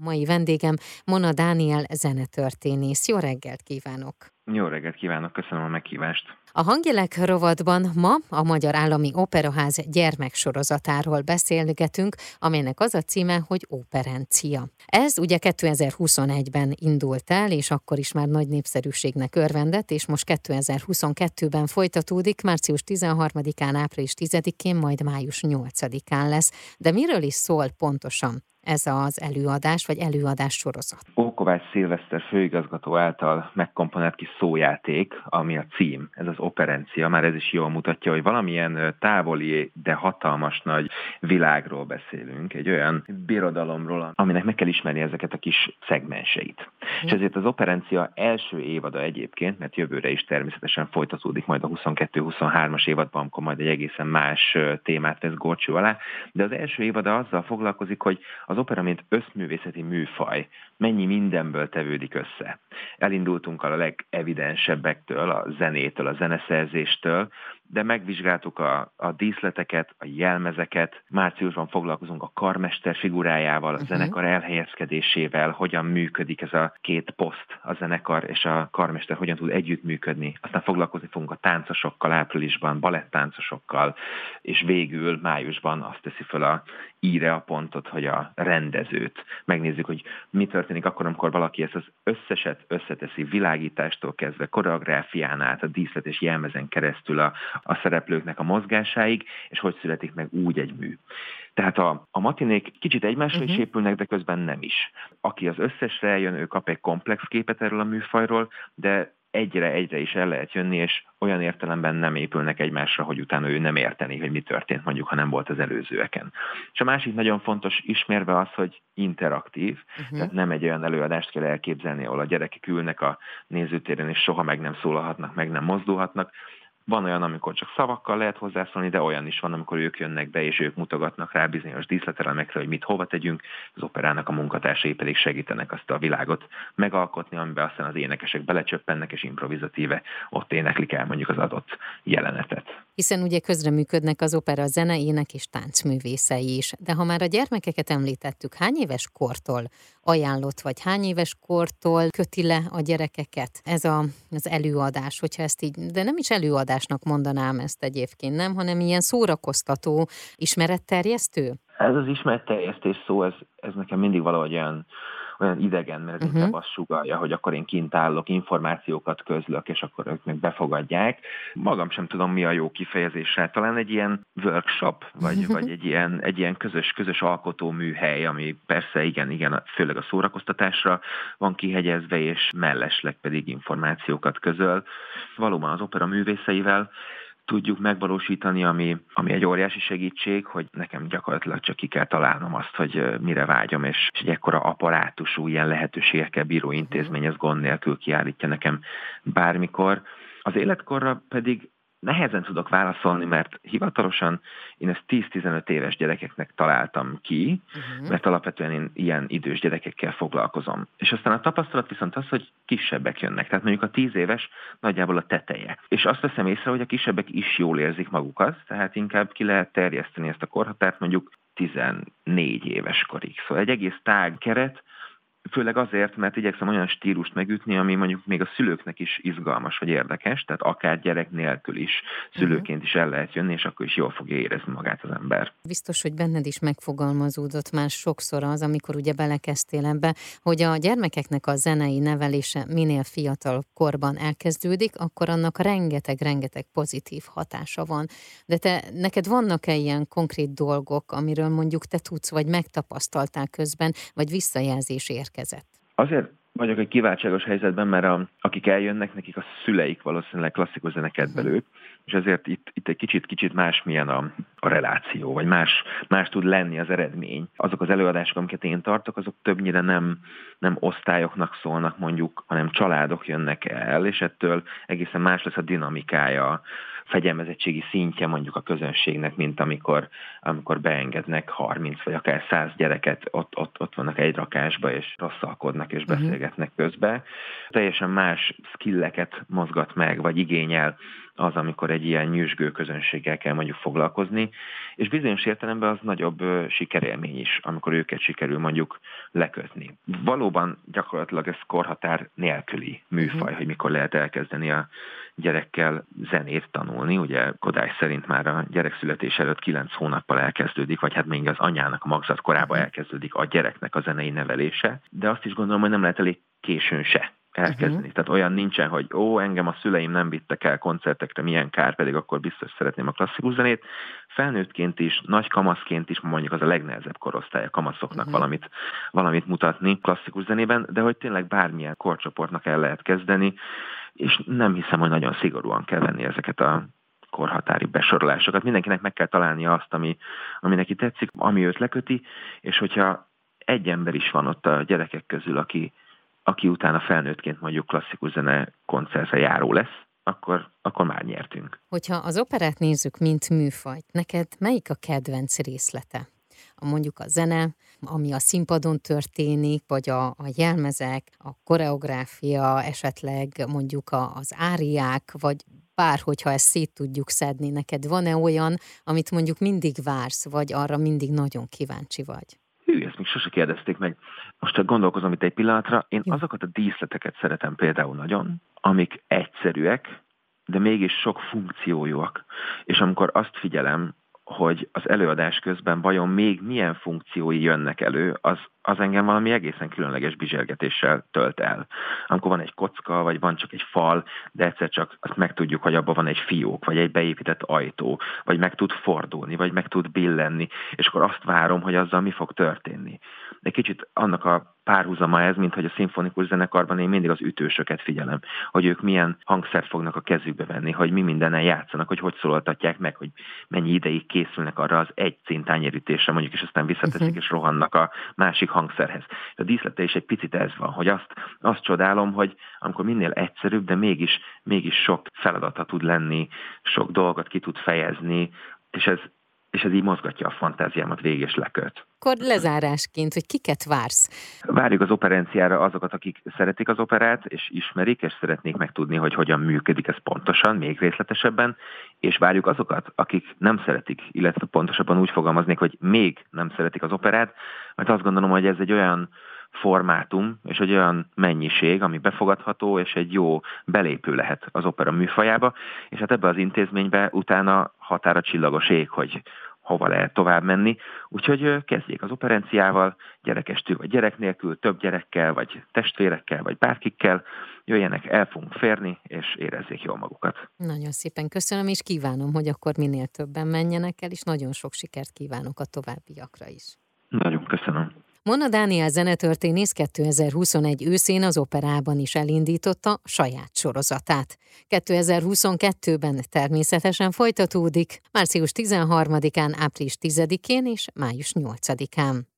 Mai vendégem Mona Dániel zenetörténész. Jó reggelt kívánok! Jó reggelt kívánok, köszönöm a meghívást. A Hangjelek rovatban ma a Magyar Állami Operaház gyermeksorozatáról beszélgetünk, amelynek az a címe, hogy Operencia. Ez ugye 2021-ben indult el, és akkor is már nagy népszerűségnek örvendett, és most 2022-ben folytatódik, március 13-án, április 10-én, majd május 8-án lesz. De miről is szól pontosan ez az előadás, vagy előadás sorozat? Ókovács Szilveszter főigazgató által megkomponált kis szójáték, ami a cím, ez az Operencia, már ez is jól mutatja, hogy valamilyen távoli, de hatalmas nagy világról beszélünk, egy olyan birodalomról, aminek meg kell ismerni ezeket a kis szegmenseit. És ezért az Operencia első évada egyébként, mert jövőre is természetesen folytatódik majd a 22-23-as évadban, amikor majd egy egészen más témát vesz górcső alá, de az első évada azzal foglalkozik, hogy az opera, mint összművészeti műfaj, mennyi mindenből tevődik össze. Elindultunk a legevidensebbektől, a zenétől, a zeneszerzéstől, de megvizsgáltuk a díszleteket, a jelmezeket, márciusban foglalkozunk a karmester figurájával, a zenekar elhelyezkedésével, hogyan működik ez a két poszt, a zenekar és a karmester hogyan tud együttműködni. Aztán foglalkozni fogunk a táncosokkal áprilisban, balettáncosokkal, és végül májusban azt teszi föl a íre a pontot, hogy a rendezőt. Megnézzük, hogy mi történik akkor, amikor valaki ezt az összeset összeteszi, világítástól kezdve, koreográfián át, a díszlet és jelmezen keresztül a szereplőknek a mozgásáig, és hogy születik meg úgy egy mű. Tehát a matinék kicsit egymásra is épülnek, de közben nem is. Aki az összesre eljön, ő kap egy komplex képet erről a műfajról, de egyre is el lehet jönni, és olyan értelemben nem épülnek egymásra, hogy utána ő nem érteni, hogy mi történt mondjuk, ha nem volt az előzőeken. És a másik nagyon fontos ismérve az, hogy interaktív, tehát nem egy olyan előadást kell elképzelni, ahol a gyerekek ülnek a nézőtéren, és soha meg nem szólalhatnak, meg nem mozdulhatnak. Van olyan, amikor csak szavakkal lehet hozzászólni, de olyan is van, amikor ők jönnek be, és ők mutogatnak rá bizonyos díszletelemekre, hogy mit hova tegyünk, az operának a munkatársai pedig segítenek azt a világot megalkotni, amiben aztán az énekesek belecsöppennek, és improvizatíve ott éneklik el mondjuk az adott jelenetet. Hiszen ugye közreműködnek az opera zene, ének és táncművészei is. De ha már a gyermekeket említettük, hány éves kortól ajánlott, vagy hány éves kortól köti le a gyerekeket ez az előadás, hogyha ezt így, de nem is előadásnak mondanám ezt egyébként, nem, hanem ilyen szórakoztató, ismeretterjesztő? Ez az ismeretterjesztés szó, ez nekem mindig valahogy olyan idegen, mert ez inkább azt sugallja, hogy akkor én kint állok, információkat közlök, és akkor ők meg befogadják. Magam sem tudom, mi a jó kifejezésre. Talán egy ilyen workshop, vagy egy ilyen közös alkotó műhely, ami persze igen, főleg a szórakoztatásra van kihegyezve, és mellesleg pedig információkat közöl. Valóban az opera művészeivel tudjuk megvalósítani, ami egy óriási segítség, hogy nekem gyakorlatilag csak ki kell találnom azt, hogy mire vágyom, és egy ekkora apparátusú, ilyen lehetőségekkel bíró intézmény, ez gond nélkül kiállítja nekem bármikor. Az életkorra pedig nehezen tudok válaszolni, mert hivatalosan én ezt 10-15 éves gyerekeknek találtam ki, mert alapvetően én ilyen idős gyerekekkel foglalkozom. És aztán a tapasztalat viszont az, hogy kisebbek jönnek. Tehát mondjuk a 10 éves nagyjából a teteje. És azt veszem észre, hogy a kisebbek is jól érzik magukat, tehát inkább ki lehet terjeszteni ezt a korhatárt mondjuk 14 éves korig. Szóval egy egész tág keret, főleg azért, mert igyekszem olyan stílust megütni, ami mondjuk még a szülőknek is izgalmas vagy érdekes, tehát akár gyerek nélkül is szülőként is el lehet jönni, és akkor is jól fogja érezni magát az ember. Biztos, hogy benned is megfogalmazódott már sokszor az, amikor ugye belekezdtél ebbe, hogy a gyermekeknek a zenei nevelése minél fiatalabb korban elkezdődik, akkor annak rengeteg pozitív hatása van. De neked vannak-e ilyen konkrét dolgok, amiről mondjuk te tudsz, vagy megtapasztaltál közben, vagy visszajelzés érkezett? Azért vagyok egy kiváltságos helyzetben, mert akik eljönnek, nekik a szüleik valószínűleg klasszikus zenekedvelők, és ezért itt egy kicsit másmilyen a reláció, vagy más tud lenni az eredmény. Azok az előadások, amiket én tartok, azok többnyire nem osztályoknak szólnak mondjuk, hanem családok jönnek el, és ettől egészen más lesz a dinamikája, fegyelmezettségi szintje mondjuk a közönségnek, mint amikor beengednek 30 vagy akár 100 gyereket, ott vannak egy rakásba, és rosszalkodnak és beszélgetnek közben. Teljesen más skilleket mozgat meg, vagy igényel az, amikor egy ilyen nyüzsgő közönséggel kell mondjuk foglalkozni, és bizonyos értelemben az nagyobb sikerélmény is, amikor őket sikerül mondjuk lekötni. Valóban gyakorlatilag ez korhatár nélküli műfaj, hogy mikor lehet elkezdeni a gyerekkel zenét tanulni. Ugye Kodály szerint már a gyerek születés előtt 9 hónappal elkezdődik, vagy hát még az anyának a magzatkorában elkezdődik a gyereknek a zenei nevelése, de azt is gondolom, hogy nem lehet elég későn se elkezdeni. Tehát olyan nincsen, hogy engem a szüleim nem vittek el koncertekre, milyen kár, pedig akkor biztos szeretném a klasszikus zenét. Felnőttként is, nagy kamaszként is, mondjuk az a legnehezebb korosztály a kamaszoknak valamit mutatni klasszikus zenében, de hogy tényleg bármilyen korcsoportnak el lehet kezdeni, és nem hiszem, hogy nagyon szigorúan kell venni ezeket a korhatári besorolásokat. Mindenkinek meg kell találnia azt, ami neki tetszik, ami őt leköti, és hogyha egy ember is van ott a gyerekek közül, aki utána felnőttként mondjuk klasszikus zene koncertre járó lesz, akkor már nyertünk. Hogyha az operát nézzük, mint műfajt, neked melyik a kedvenc részlete? Mondjuk a zene, ami a színpadon történik, vagy a jelmezek, a koreográfia, esetleg mondjuk az áriák, vagy hogyha ezt szét tudjuk szedni, neked van-e olyan, amit mondjuk mindig vársz, vagy arra mindig nagyon kíváncsi vagy? Ezt még sose kérdezték meg. Most csak gondolkozom itt egy pillanatra. Én azokat a díszleteket szeretem például nagyon, amik egyszerűek, de mégis sok funkciójúak. És amikor azt figyelem, hogy az előadás közben vajon még milyen funkciói jönnek elő, az engem valami egészen különleges bizsergetéssel tölt el. Amikor van egy kocka, vagy van csak egy fal, de egyszer csak azt megtudjuk, hogy abban van egy fiók, vagy egy beépített ajtó, vagy meg tud fordulni, vagy meg tud billenni, és akkor azt várom, hogy azzal mi fog történni. Egy kicsit annak a párhuzama ez, mint hogy a szimfonikus zenekarban én mindig az ütősöket figyelem, hogy ők milyen hangszert fognak a kezükbe venni, hogy mi mindenen játszanak, hogy szólaltatják meg, hogy mennyi ideig készülnek arra az egy címtányérítésre, mondjuk, és aztán visszateszik és rohannak a másik hangszerhez. A díszlete is egy picit ez van, hogy azt csodálom, hogy amikor minél egyszerűbb, de mégis sok feladata tud lenni, sok dolgot ki tud fejezni, és ez így mozgatja a fantáziámat végig és leköt. Akkor lezárásként, hogy kiket vársz? Várjuk az operenciára azokat, akik szeretik az operát, és ismerik, és szeretnék megtudni, hogy hogyan működik ez pontosan, még részletesebben, és várjuk azokat, akik nem szeretik, illetve pontosabban úgy fogalmaznék, hogy még nem szeretik az operát, mert azt gondolom, hogy ez egy olyan formátum, és egy olyan mennyiség, ami befogadható, és egy jó belépő lehet az opera műfajába, és hát ebbe az intézménybe utána határa csillagos ég, hogy hova lehet tovább menni. Úgyhogy kezdjék az operenciával, gyerekestől vagy gyerek nélkül, több gyerekkel, vagy testvérekkel, vagy bárkikkel, jöjjenek, el fogunk férni, és érezzék jól magukat. Nagyon szépen köszönöm, és kívánom, hogy akkor minél többen menjenek el, és nagyon sok sikert kívánok a továbbiakra is. Nagyon köszönöm. Mona Dániel zenetörténész 2021 őszén az operában is elindította saját sorozatát. 2022-ben természetesen folytatódik, március 13-án, április 10-én és május 8-án.